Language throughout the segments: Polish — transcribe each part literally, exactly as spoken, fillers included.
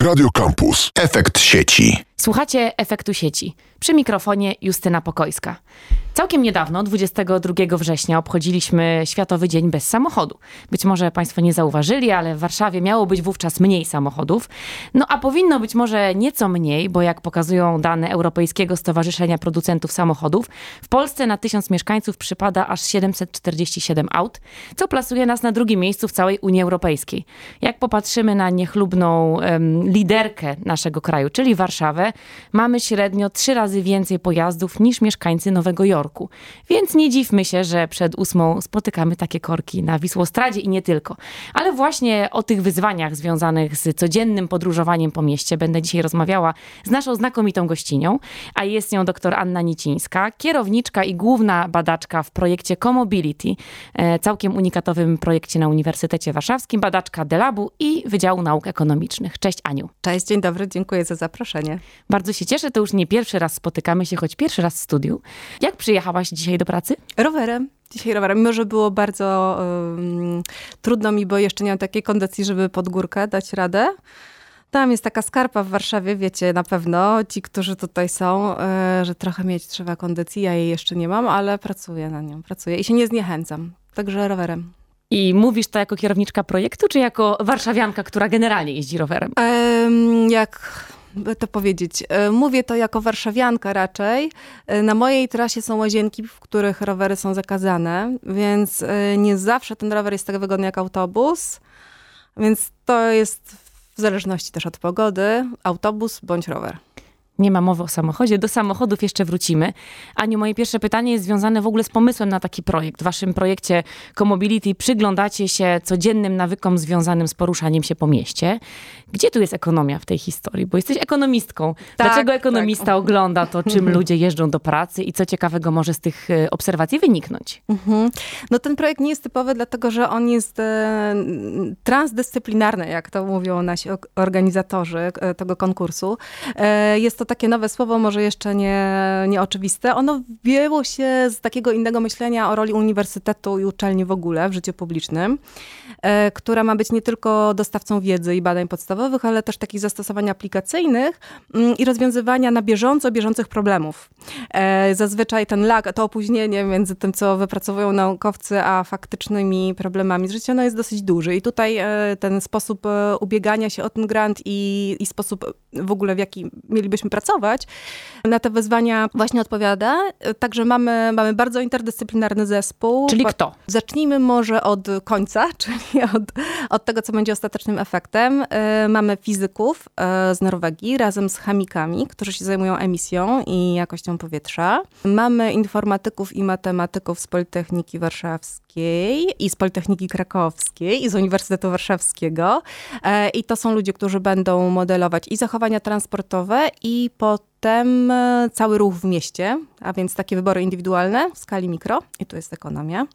Radio Campus. Efekt sieci. Słuchacie Efektu Sieci. Przy mikrofonie Justyna Pokojska. Całkiem niedawno, dwudziestego drugiego września, obchodziliśmy Światowy Dzień Bez Samochodu. Być może Państwo nie zauważyli, ale w Warszawie miało być wówczas mniej samochodów. No a powinno być może nieco mniej, bo jak pokazują dane Europejskiego Stowarzyszenia Producentów Samochodów, w Polsce na tysiąc mieszkańców przypada aż siedemset czterdzieści siedem aut, co plasuje nas na drugim miejscu w całej Unii Europejskiej. Jak popatrzymy na niechlubną um, liderkę naszego kraju, czyli Warszawę, mamy średnio trzy razy więcej pojazdów niż mieszkańcy Nowego Jorku. Więc nie dziwmy się, że przed ósmą spotykamy takie korki na Wisłostradzie i nie tylko. Ale właśnie o tych wyzwaniach związanych z codziennym podróżowaniem po mieście będę dzisiaj rozmawiała z naszą znakomitą gościnią, a jest nią dr Anna Nicińska, kierowniczka i główna badaczka w projekcie Comobility, całkiem unikatowym projekcie na Uniwersytecie Warszawskim, badaczka Delabu i Wydziału Nauk Ekonomicznych. Cześć Aniu. Cześć, dzień dobry, dziękuję za zaproszenie. Bardzo się cieszę, to już nie pierwszy raz spotykamy się, choć pierwszy raz w studiu. Jak przyjechałaś dzisiaj do pracy? Rowerem. Dzisiaj rowerem. Mimo, że było bardzo um, trudno mi, bo jeszcze nie mam takiej kondycji, żeby pod górkę dać radę. Tam jest taka skarpa w Warszawie, wiecie na pewno, ci, którzy tutaj są, y, że trochę mieć trzeba kondycji. Ja jej jeszcze nie mam, ale pracuję na nią, pracuję i się nie zniechęcam. Także rowerem. I mówisz to jako kierowniczka projektu, czy jako warszawianka, która generalnie jeździ rowerem? Um, jak... by to powiedzieć. Mówię to jako warszawianka raczej. Na mojej trasie są łazienki, w których rowery są zakazane, więc nie zawsze ten rower jest tak wygodny jak autobus. Więc to jest w zależności też od pogody, autobus bądź rower. Nie ma mowy o samochodzie. Do samochodów jeszcze wrócimy. Aniu, moje pierwsze pytanie jest związane w ogóle z pomysłem na taki projekt. W waszym projekcie Comobility przyglądacie się codziennym nawykom związanym z poruszaniem się po mieście. Gdzie tu jest ekonomia w tej historii? Bo jesteś ekonomistką. Tak, Dlaczego ekonomista tak. ogląda to, czym ludzie jeżdżą do pracy i co ciekawego może z tych obserwacji wyniknąć? Mhm. No ten projekt nie jest typowy, dlatego że on jest e, transdyscyplinarny, jak to mówią nasi organizatorzy e, tego konkursu. E, jest to takie nowe słowo, może jeszcze nie, nieoczywiste. Ono wzięło się z takiego innego myślenia o roli uniwersytetu i uczelni w ogóle w życiu publicznym, e, która ma być nie tylko dostawcą wiedzy i badań podstawowych, ale też takich zastosowań aplikacyjnych mm, i rozwiązywania na bieżąco bieżących problemów. E, zazwyczaj ten lag, to opóźnienie między tym, co wypracowują naukowcy, a faktycznymi problemami z życia, no jest dosyć duży. I tutaj e, ten sposób e, ubiegania się o ten grant i, i sposób w ogóle, w jaki mielibyśmy pracować, na te wyzwania właśnie odpowiada. Także mamy, mamy bardzo interdyscyplinarny zespół. Czyli kto? Zacznijmy może od końca, czyli od, od tego, co będzie ostatecznym efektem. Mamy fizyków z Norwegii razem z chemikami, którzy się zajmują emisją i jakością powietrza. Mamy informatyków i matematyków z Politechniki Warszawskiej i z Politechniki Krakowskiej i z Uniwersytetu Warszawskiego. I to są ludzie, którzy będą modelować i zachowania transportowe i potem cały ruch w mieście, a więc takie wybory indywidualne w skali mikro. I tu jest ekonomia.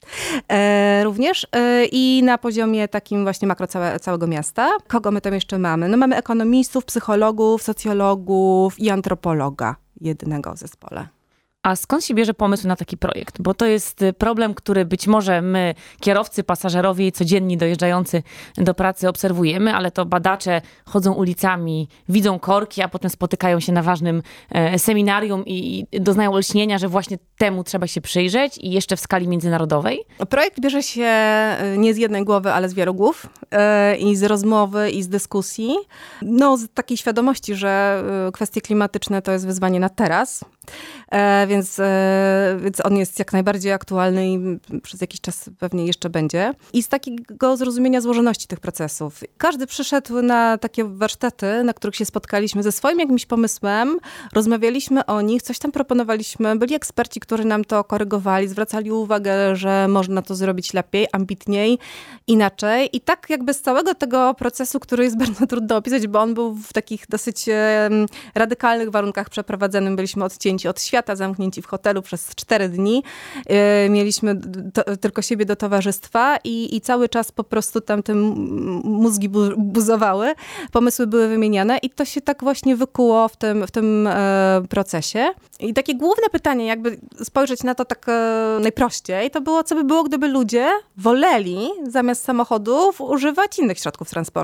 E, również e, i na poziomie takim właśnie makro całe, całego miasta. Kogo my tam jeszcze mamy? No mamy ekonomistów, psychologów, socjologów i antropologa jednego w zespole. A skąd się bierze pomysł na taki projekt? Bo to jest problem, który być może my, kierowcy, pasażerowie, codzienni dojeżdżający do pracy obserwujemy, ale to badacze chodzą ulicami, widzą korki, a potem spotykają się na ważnym e, seminarium i, i doznają olśnienia, że właśnie temu trzeba się przyjrzeć i jeszcze w skali międzynarodowej. Projekt bierze się nie z jednej głowy, ale z wielu głów e, i z rozmowy i z dyskusji. No z takiej świadomości, że kwestie klimatyczne to jest wyzwanie na teraz. E, więc, e, więc on jest jak najbardziej aktualny i przez jakiś czas pewnie jeszcze będzie. I z takiego zrozumienia złożoności tych procesów. Każdy przyszedł na takie warsztaty, na których się spotkaliśmy ze swoim jakimś pomysłem, rozmawialiśmy o nich, coś tam proponowaliśmy, byli eksperci, którzy nam to korygowali, zwracali uwagę, że można to zrobić lepiej, ambitniej, inaczej. I tak jakby z całego tego procesu, który jest bardzo trudno opisać, bo on był w takich dosyć e, radykalnych warunkach przeprowadzonym, byliśmy odcięci od świata, zamknięci w hotelu przez cztery dni. Yy, mieliśmy to, tylko siebie do towarzystwa i, i cały czas po prostu tam te mózgi bu- buzowały, pomysły były wymieniane i to się tak właśnie wykuło w tym, w tym e, procesie. I takie główne pytanie, jakby spojrzeć na to tak e, najprościej, to było, co by było, gdyby ludzie woleli zamiast samochodów używać innych środków transportu.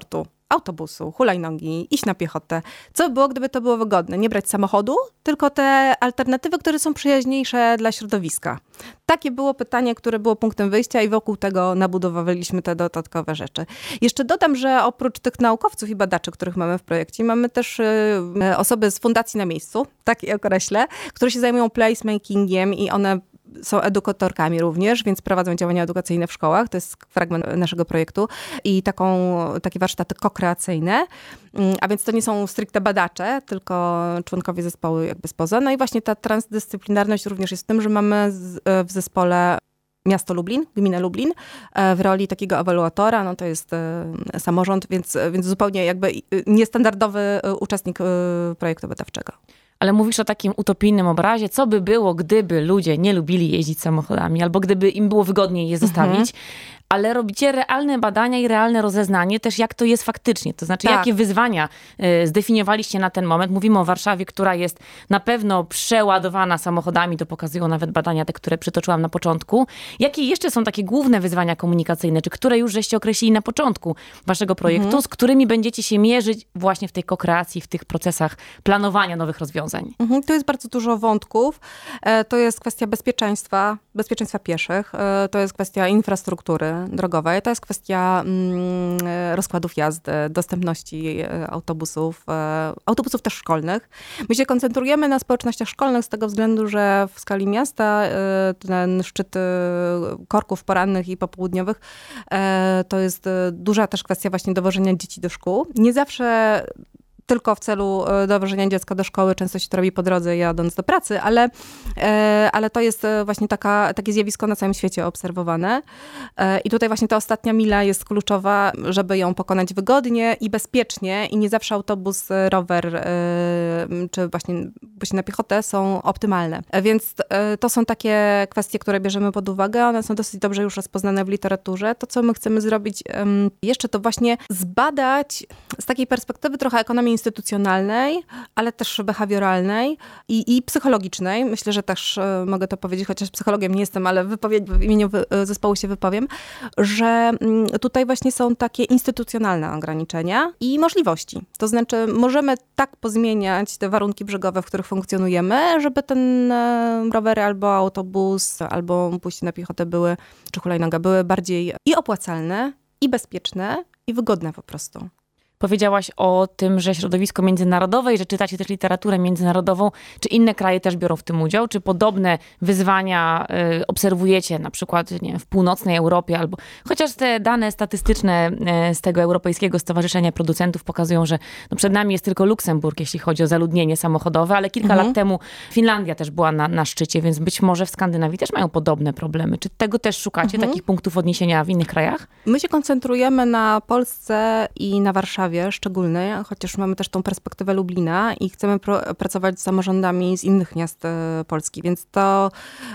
autobusu, hulajnogi, iść na piechotę. Co by było, gdyby to było wygodne? Nie brać samochodu, tylko te alternatywy, które są przyjaźniejsze dla środowiska. Takie było pytanie, które było punktem wyjścia i wokół tego nabudowaliśmy te dodatkowe rzeczy. Jeszcze dodam, że oprócz tych naukowców i badaczy, których mamy w projekcie, mamy też osoby z fundacji na miejscu, tak je określę, które się zajmują placemakingiem i one są edukatorkami również, więc prowadzą działania edukacyjne w szkołach. To jest fragment naszego projektu i taką, takie warsztaty kokreacyjne. A więc to nie są stricte badacze, tylko członkowie zespołu jakby spoza. No i właśnie ta transdyscyplinarność również jest w tym, że mamy w zespole miasto Lublin, gminę Lublin, w roli takiego ewaluatora, no to jest samorząd, więc, więc zupełnie jakby niestandardowy uczestnik projektu badawczego. Ale mówisz o takim utopijnym obrazie, co by było, gdyby ludzie nie lubili jeździć samochodami, albo gdyby im było wygodniej je zostawić. Mhm. Ale robicie realne badania i realne rozeznanie też, jak to jest faktycznie. To znaczy, tak. Jakie wyzwania y, zdefiniowaliście na ten moment. Mówimy o Warszawie, która jest na pewno przeładowana samochodami. To pokazują nawet badania te, które przytoczyłam na początku. Jakie jeszcze są takie główne wyzwania komunikacyjne, czy które już żeście określili na początku waszego projektu, mhm. z którymi będziecie się mierzyć właśnie w tej kokreacji, w tych procesach planowania nowych rozwiązań? Mhm. Tu jest bardzo dużo wątków. E, to jest kwestia bezpieczeństwa, bezpieczeństwa pieszych. E, to jest kwestia infrastruktury drogowej. To jest kwestia mm, rozkładów jazdy, dostępności autobusów, e, autobusów też szkolnych. My się koncentrujemy na społecznościach szkolnych z tego względu, że w skali miasta e, ten szczyt korków porannych i popołudniowych e, to jest duża też kwestia właśnie dowożenia dzieci do szkół. Nie zawsze tylko w celu dowożenia dziecka do szkoły, często się to robi po drodze jadąc do pracy, ale, ale to jest właśnie taka, takie zjawisko na całym świecie obserwowane. I tutaj właśnie ta ostatnia mila jest kluczowa, żeby ją pokonać wygodnie i bezpiecznie i nie zawsze autobus, rower czy właśnie pójście na piechotę są optymalne. Więc to są takie kwestie, które bierzemy pod uwagę. One są dosyć dobrze już rozpoznane w literaturze. To, co my chcemy zrobić jeszcze, to właśnie zbadać z takiej perspektywy trochę ekonomii instytucjonalnej, ale też behawioralnej i, i psychologicznej. Myślę, że też e, mogę to powiedzieć, chociaż psychologiem nie jestem, ale wypowie- w imieniu wy- zespołu się wypowiem, że m, tutaj właśnie są takie instytucjonalne ograniczenia i możliwości. To znaczy możemy tak pozmieniać te warunki brzegowe, w których funkcjonujemy, żeby ten e, rowery albo autobus, albo pójście na piechotę były, czy hulajnoga były bardziej i opłacalne, i bezpieczne, i wygodne po prostu. Powiedziałaś o tym, że środowisko międzynarodowe i że czytacie też literaturę międzynarodową. Czy inne kraje też biorą w tym udział? Czy podobne wyzwania y, obserwujecie na przykład nie wiem, w północnej Europie? Albo chociaż te dane statystyczne y, z tego Europejskiego Stowarzyszenia Producentów pokazują, że no przed nami jest tylko Luksemburg, jeśli chodzi o zaludnienie samochodowe, ale kilka mhm. lat temu Finlandia też była na, na szczycie, więc być może w Skandynawii też mają podobne problemy. Czy tego też szukacie, mhm. takich punktów odniesienia w innych krajach? My się koncentrujemy na Polsce i na Warszawie szczególnej, chociaż mamy też tą perspektywę Lublina i chcemy pro- pracować z samorządami z innych miast e, Polski, więc to,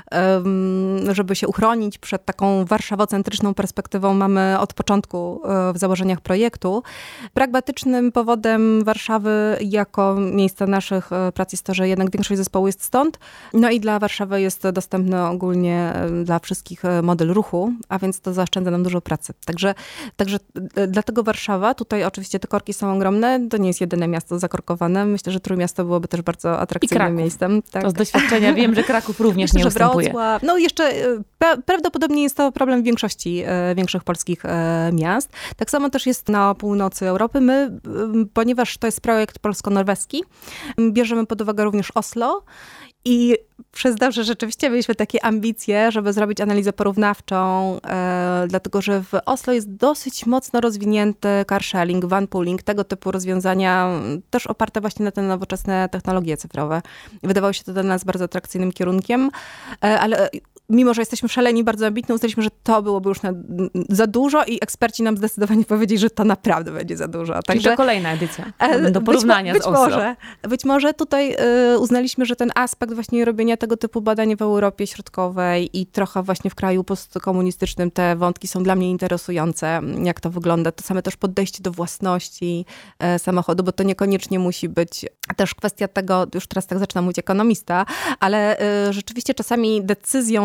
e, żeby się uchronić przed taką warszawocentryczną perspektywą, mamy od początku e, w założeniach projektu. Pragmatycznym powodem Warszawy jako miejsca naszych e, prac jest to, że jednak większość zespołu jest stąd, no i dla Warszawy jest dostępny ogólnie e, dla wszystkich model ruchu, a więc to zaoszczędza nam dużo pracy. Także, także e, dlatego Warszawa, tutaj oczywiście te korki są ogromne, to nie jest jedyne miasto zakorkowane. Myślę, że Trójmiasto byłoby też bardzo atrakcyjnym miejscem. Tak. To z doświadczenia wiem, że Kraków również Myślę, nie ustępuje. Wrocław. No jeszcze pra- prawdopodobnie jest to problem w większości e, większych polskich e, miast. Tak samo też jest na północy Europy. My, e, ponieważ to jest projekt polsko-norweski, bierzemy pod uwagę również Oslo. I przyznam, że rzeczywiście mieliśmy takie ambicje, żeby zrobić analizę porównawczą, e, dlatego że w Oslo jest dosyć mocno rozwinięty carsharing, vanpooling, tego typu rozwiązania, też oparte właśnie na te nowoczesne technologie cyfrowe. Wydawało się to dla nas bardzo atrakcyjnym kierunkiem, e, ale mimo że jesteśmy szaleni, bardzo ambitni, uznaliśmy, że to byłoby już na, za dużo i eksperci nam zdecydowanie powiedzieli, że to naprawdę będzie za dużo. Także Czyli to kolejna edycja do porównania być, z Oslo. Być może, być może tutaj y, uznaliśmy, że ten aspekt właśnie robienia tego typu badań w Europie Środkowej i trochę właśnie w kraju postkomunistycznym te wątki są dla mnie interesujące, jak to wygląda. To same też podejście do własności y, samochodu, bo to niekoniecznie musi być też kwestia tego, już teraz tak zaczynam mówić ekonomista, ale y, rzeczywiście czasami decyzją,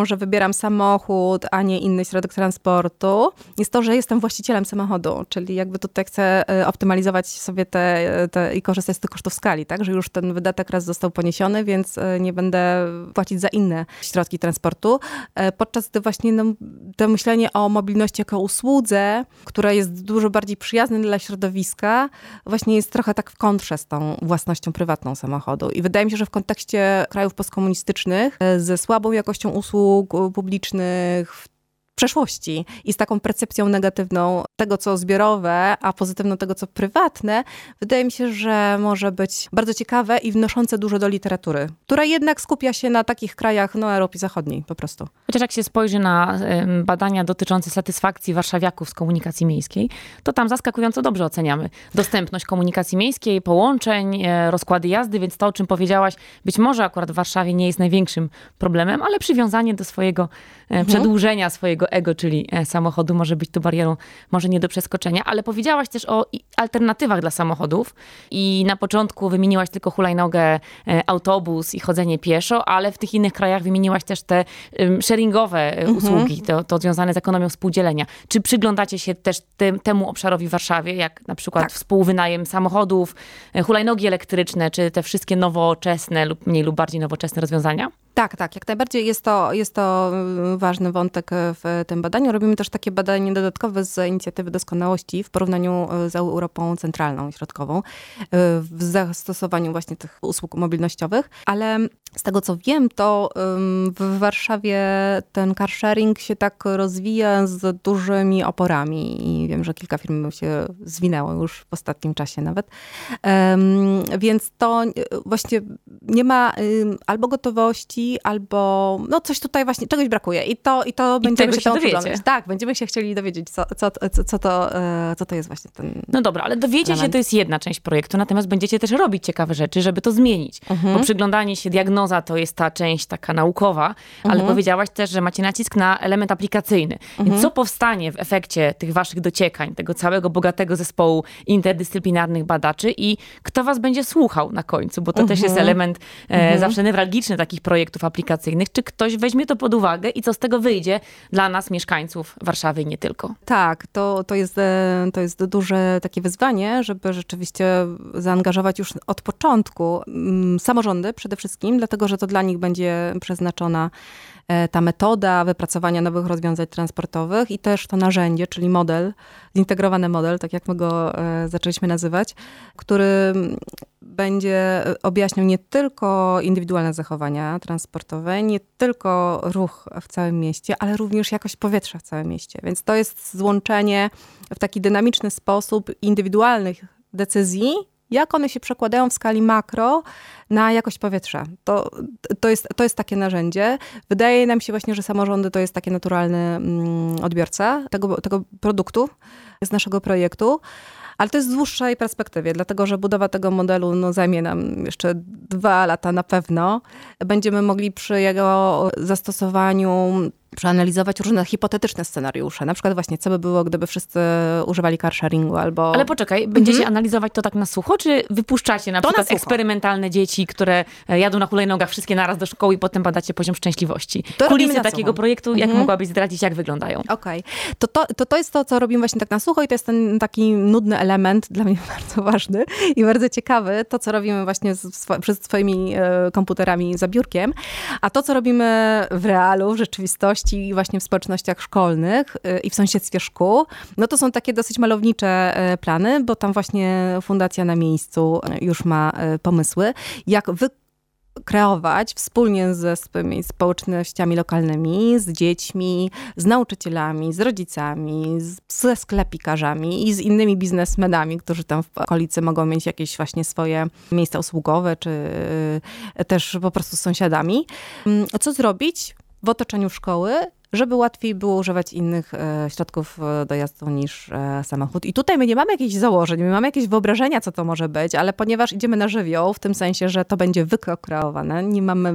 że wybieram samochód, a nie inny środek transportu, jest to, że jestem właścicielem samochodu, czyli jakby tutaj chcę optymalizować sobie te, te i korzystać z tych kosztów skali, tak, że już ten wydatek raz został poniesiony, więc nie będę płacić za inne środki transportu. Podczas gdy właśnie no, to myślenie o mobilności jako usłudze, która jest dużo bardziej przyjazna dla środowiska, właśnie jest trochę tak w kontrze z tą własnością prywatną samochodu. I wydaje mi się, że w kontekście krajów postkomunistycznych ze słabą jakością usług publicznych w przeszłości i z taką percepcją negatywną tego, co zbiorowe, a pozytywną tego, co prywatne, wydaje mi się, że może być bardzo ciekawe i wnoszące dużo do literatury, która jednak skupia się na takich krajach, no, Europy Zachodniej po prostu. Chociaż jak się spojrzy na badania dotyczące satysfakcji warszawiaków z komunikacji miejskiej, to tam zaskakująco dobrze oceniamy dostępność komunikacji miejskiej, połączeń, rozkłady jazdy, więc to, o czym powiedziałaś, być może akurat w Warszawie nie jest największym problemem, ale przywiązanie do swojego mhm. przedłużenia swojego ego, czyli samochodu, może być tu barierą, może nie do przeskoczenia, ale powiedziałaś też o alternatywach dla samochodów i na początku wymieniłaś tylko hulajnogę, autobus i chodzenie pieszo, ale w tych innych krajach wymieniłaś też te sharingowe mhm. usługi, to, to związane z ekonomią współdzielenia. Czy przyglądacie się też tym, temu obszarowi w Warszawie, jak na przykład tak. współwynajem samochodów, hulajnogi elektryczne, czy te wszystkie nowoczesne lub mniej lub bardziej nowoczesne rozwiązania? Tak, tak, jak najbardziej jest to, jest to ważny wątek w tym badaniu. Robimy też takie badanie dodatkowe z inicjatywy doskonałości w porównaniu z Europą Centralną i Środkową w zastosowaniu właśnie tych usług mobilnościowych, ale z tego co wiem, to w Warszawie ten car sharing się tak rozwija z dużymi oporami i wiem, że kilka firm się zwinęło już w ostatnim czasie nawet. Więc to właśnie nie ma albo gotowości, albo no coś tutaj właśnie, czegoś brakuje i to, i to I będziemy się, się dowiedzieć. Tak, będziemy się chcieli dowiedzieć, co, co, co, co, to, co to jest właśnie ten No dobra, ale dowiecie element. się, to jest jedna część projektu, natomiast będziecie też robić ciekawe rzeczy, żeby to zmienić. Mhm. Bo przyglądanie się, diagnoza to jest ta część taka naukowa, ale mhm. powiedziałaś też, że macie nacisk na element aplikacyjny. Mhm. Więc co powstanie w efekcie tych waszych dociekań, tego całego bogatego zespołu interdyscyplinarnych badaczy i kto was będzie słuchał na końcu, bo to mhm. też jest element e, mhm. zawsze newralgiczny takich projektów aplikacyjnych. Czy ktoś weźmie to pod uwagę i co z tego wyjdzie dla nas, mieszkańców Warszawy i nie tylko? Tak, to, to, jest, to jest duże takie wyzwanie, żeby rzeczywiście zaangażować już od początku samorządy przede wszystkim, dlatego że to dla nich będzie przeznaczona ta metoda wypracowania nowych rozwiązań transportowych i też to narzędzie, czyli model, zintegrowany model, tak jak my go zaczęliśmy nazywać, który będzie objaśniał nie tylko indywidualne zachowania transportowe, nie tylko ruch w całym mieście, ale również jakość powietrza w całym mieście. Więc to jest złączenie w taki dynamiczny sposób indywidualnych decyzji, jak one się przekładają w skali makro na jakość powietrza. To, to, jest, to jest takie narzędzie. Wydaje nam się właśnie, że samorządy to jest taki naturalny odbiorca tego, tego produktu z naszego projektu. Ale to jest z dłuższej perspektywie, dlatego że budowa tego modelu no, zajmie nam jeszcze dwa lata na pewno. Będziemy mogli przy jego zastosowaniu przeanalizować różne hipotetyczne scenariusze. Na przykład właśnie, co by było, gdyby wszyscy używali car sharingu albo... Ale poczekaj, będziecie mhm. analizować to tak na sucho, czy wypuszczacie na to przykład na eksperymentalne dzieci, które jadą na hulajnogach wszystkie naraz do szkoły i potem badacie poziom szczęśliwości? To kulisy takiego projektu, jak mhm. mogłabyś zdradzić, jak wyglądają? Okej. Okay. To, to, to, to jest to, co robimy właśnie tak na sucho i to jest ten taki nudny element, dla mnie bardzo ważny i bardzo ciekawy, to, co robimy właśnie z, swo- przed swoimi e, komputerami za biurkiem, a to, co robimy w realu, w rzeczywistości, i właśnie w społecznościach szkolnych i w sąsiedztwie szkół, no to są takie dosyć malownicze plany, bo tam właśnie Fundacja na miejscu już ma pomysły, jak wykreować wspólnie ze swoimi społecznościami lokalnymi, z dziećmi, z nauczycielami, z rodzicami, z, ze sklepikarzami i z innymi biznesmenami, którzy tam w okolicy mogą mieć jakieś właśnie swoje miejsca usługowe, czy też po prostu z sąsiadami. Co zrobić w otoczeniu szkoły, żeby łatwiej było używać innych e, środków dojazdu niż e, samochód. I tutaj my nie mamy jakichś założeń, my mamy jakieś wyobrażenia, co to może być, ale ponieważ idziemy na żywioł, w tym sensie, że to będzie wykreowane, nie mamy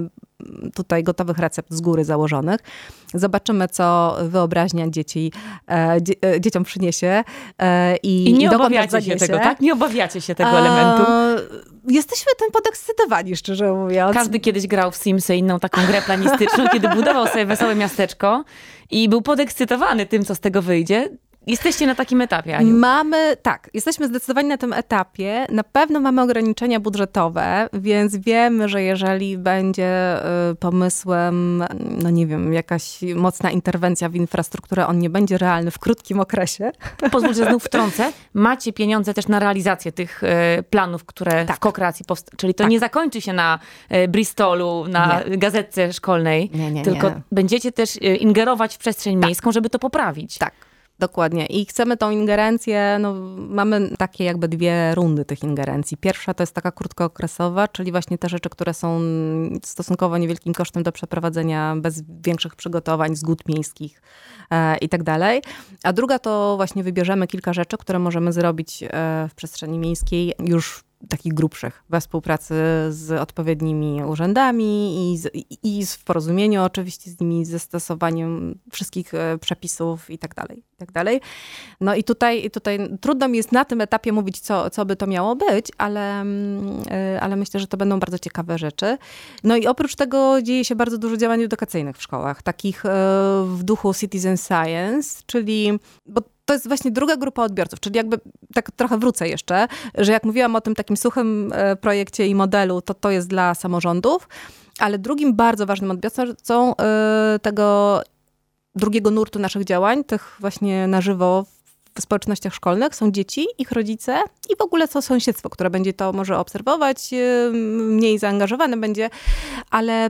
tutaj gotowych recept z góry założonych. Zobaczymy, co wyobraźnia dzieci, e, dzie, e, dzieciom przyniesie e, i, I nie i dokąd obawiacie się tego, tak? Nie obawiacie się tego e, elementu? Jesteśmy tym podekscytowani, szczerze mówiąc. Każdy kiedyś grał w Simsy, inną taką grę planistyczną, kiedy budował sobie wesołe miasteczko i był podekscytowany tym, co z tego wyjdzie. Jesteście na takim etapie, Aniu? Mamy, tak, jesteśmy zdecydowani na tym etapie. Na pewno mamy ograniczenia budżetowe, więc wiemy, że jeżeli będzie y, pomysłem, no nie wiem, jakaś mocna interwencja w infrastrukturę, on nie będzie realny w krótkim okresie. Pozwól, że znów wtrącę. Macie pieniądze też na realizację tych y, planów, które tak. w kokreacji powstały. Czyli to tak. nie zakończy się na y, Bristolu, na nie. gazetce szkolnej, nie, nie, tylko nie. będziecie też y, ingerować w przestrzeń tak. miejską, żeby to poprawić. Tak. Dokładnie. I chcemy tą ingerencję, no mamy takie jakby dwie rundy tych ingerencji. Pierwsza to jest taka krótkookresowa, czyli właśnie te rzeczy, które są stosunkowo niewielkim kosztem do przeprowadzenia bez większych przygotowań, zgód miejskich e, i tak dalej. A druga to właśnie wybierzemy kilka rzeczy, które możemy zrobić e, w przestrzeni miejskiej już takich grubszych, we współpracy z odpowiednimi urzędami i, z, i w porozumieniu oczywiście z nimi, ze stosowaniem wszystkich przepisów i tak dalej, i tak dalej. No i tutaj, tutaj trudno mi jest na tym etapie mówić, co, co by to miało być, ale, ale myślę, że to będą bardzo ciekawe rzeczy. No i oprócz tego dzieje się bardzo dużo działań edukacyjnych w szkołach, takich w duchu citizen science, czyli, bo to jest właśnie druga grupa odbiorców, czyli jakby tak trochę wrócę jeszcze, że jak mówiłam o tym takim suchym projekcie i modelu, to to jest dla samorządów, ale drugim bardzo ważnym odbiorcą tego drugiego nurtu naszych działań, tych właśnie na żywo w społecznościach szkolnych są dzieci, ich rodzice i w ogóle to sąsiedztwo, które będzie to może obserwować, mniej zaangażowane będzie, ale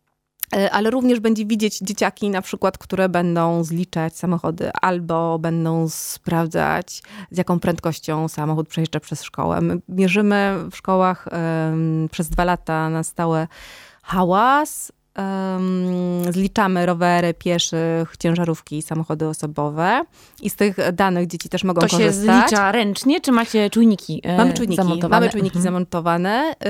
ale również będzie widzieć dzieciaki na przykład, które będą zliczać samochody albo będą sprawdzać, z jaką prędkością samochód przejeżdża przez szkołę. My mierzymy w szkołach um, przez dwa lata na stałe hałas, um, zliczamy rowery, pieszych, ciężarówki, samochody osobowe i z tych danych dzieci też mogą to korzystać. To się zlicza ręcznie, czy macie czujniki e, Mamy czujniki, zamontowane? mamy czujniki mhm. zamontowane yy,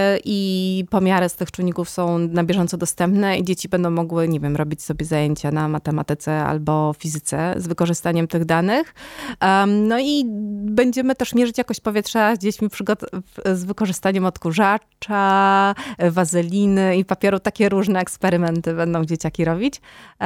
i pomiary z tych czujników są na bieżąco dostępne i dzieci będą mogły, nie wiem, robić sobie zajęcia na matematyce albo fizyce z wykorzystaniem tych danych. Um, no i będziemy też mierzyć jakość powietrza z dziećmi przygot- z wykorzystaniem odkurzacza, wazeliny i papieru. Takie różne eksperymenty będą dzieciaki robić.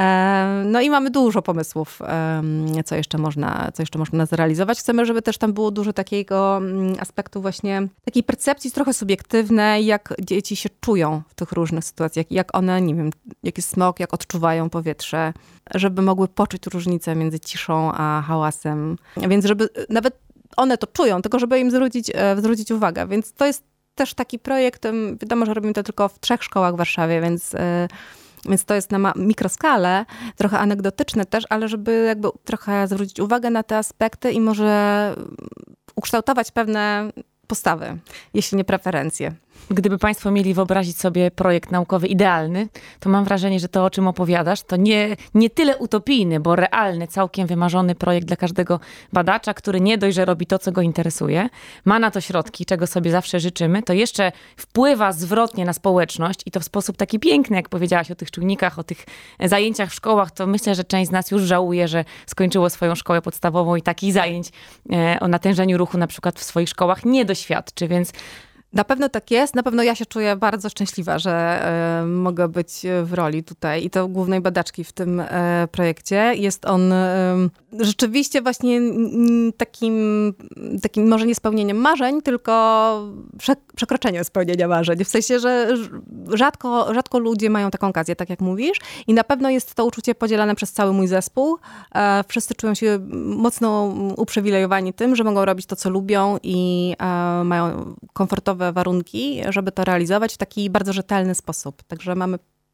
Um, no i mamy dużo pomysłów, um, co jeszcze można, co jeszcze można zrealizować. Chcemy, żeby też tam było dużo takiego aspektu właśnie, takiej percepcji trochę subiektywnej, jak dzieci się czują w tych różnych sytuacjach, jak one, nie wiem, jaki jest smog, jak odczuwają powietrze, żeby mogły poczuć różnicę między ciszą a hałasem. Więc żeby nawet one to czują, tylko żeby im zwrócić, zwrócić uwagę. Więc to jest też taki projekt, wiadomo, że robimy to tylko w trzech szkołach w Warszawie, więc Więc to jest na mikroskalę, trochę anegdotyczne też, ale żeby jakby trochę zwrócić uwagę na te aspekty i może ukształtować pewne postawy, jeśli nie preferencje. Gdyby Państwo mieli wyobrazić sobie projekt naukowy idealny, to mam wrażenie, że to, o czym opowiadasz, to nie, nie tyle utopijny, bo realny, całkiem wymarzony projekt dla każdego badacza, który nie dość, że robi to, co go interesuje, ma na to środki, czego sobie zawsze życzymy, to jeszcze wpływa zwrotnie na społeczność i to w sposób taki piękny, jak powiedziałaś o tych czujnikach, o tych zajęciach w szkołach, to myślę, że część z nas już żałuje, że skończyło swoją szkołę podstawową i takich zajęć o natężeniu ruchu na przykład w swoich szkołach nie doświadczy, więc na pewno tak jest. Na pewno ja się czuję bardzo szczęśliwa, że y, mogę być w roli tutaj i to głównej badaczki w tym y, projekcie. Jest on y, rzeczywiście właśnie y, takim, takim może nie spełnieniem marzeń, tylko prze, przekroczeniem spełnienia marzeń. W sensie, że rzadko, rzadko ludzie mają taką okazję, tak jak mówisz. I na pewno jest to uczucie podzielane przez cały mój zespół. Y, wszyscy czują się mocno uprzywilejowani tym, że mogą robić to, co lubią i y, mają komfortowe warunki, żeby to realizować w taki bardzo rzetelny sposób. Także mamy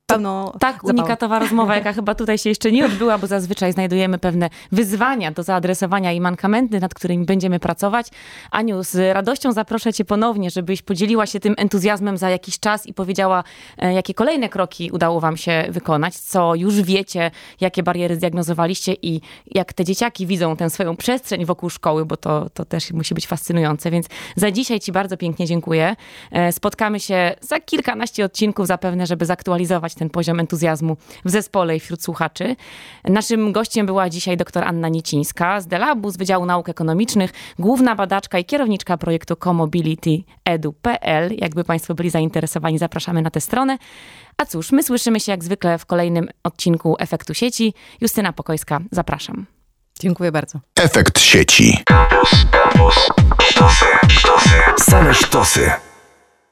pełną Tak zapału. unikatowa rozmowa, jaka chyba tutaj się jeszcze nie odbyła, bo zazwyczaj znajdujemy pewne wyzwania do zaadresowania i mankamenty, nad którymi będziemy pracować. Aniu, z radością zaproszę cię ponownie, żebyś podzieliła się tym entuzjazmem za jakiś czas i powiedziała, jakie kolejne kroki udało wam się wykonać, co już wiecie, jakie bariery zdiagnozowaliście i jak te dzieciaki widzą tę swoją przestrzeń wokół szkoły, bo to, to też musi być fascynujące. Więc za dzisiaj ci bardzo pięknie dziękuję. Spotkamy się za kilkanaście odcinków zapewne, żeby zaktualizować ten poziom entuzjazmu w zespole i wśród słuchaczy. Naszym gościem była dzisiaj dr Anna Niecińska z Delabu, z Wydziału Nauk Ekonomicznych, główna badaczka i kierowniczka projektu comobility edu kropka pe el. Jakby państwo byli zainteresowani, zapraszamy na tę stronę. A cóż, my słyszymy się jak zwykle w kolejnym odcinku Efektu Sieci. Justyna Pokojska, zapraszam. Dziękuję bardzo. Efekt sieci. Same sztosy.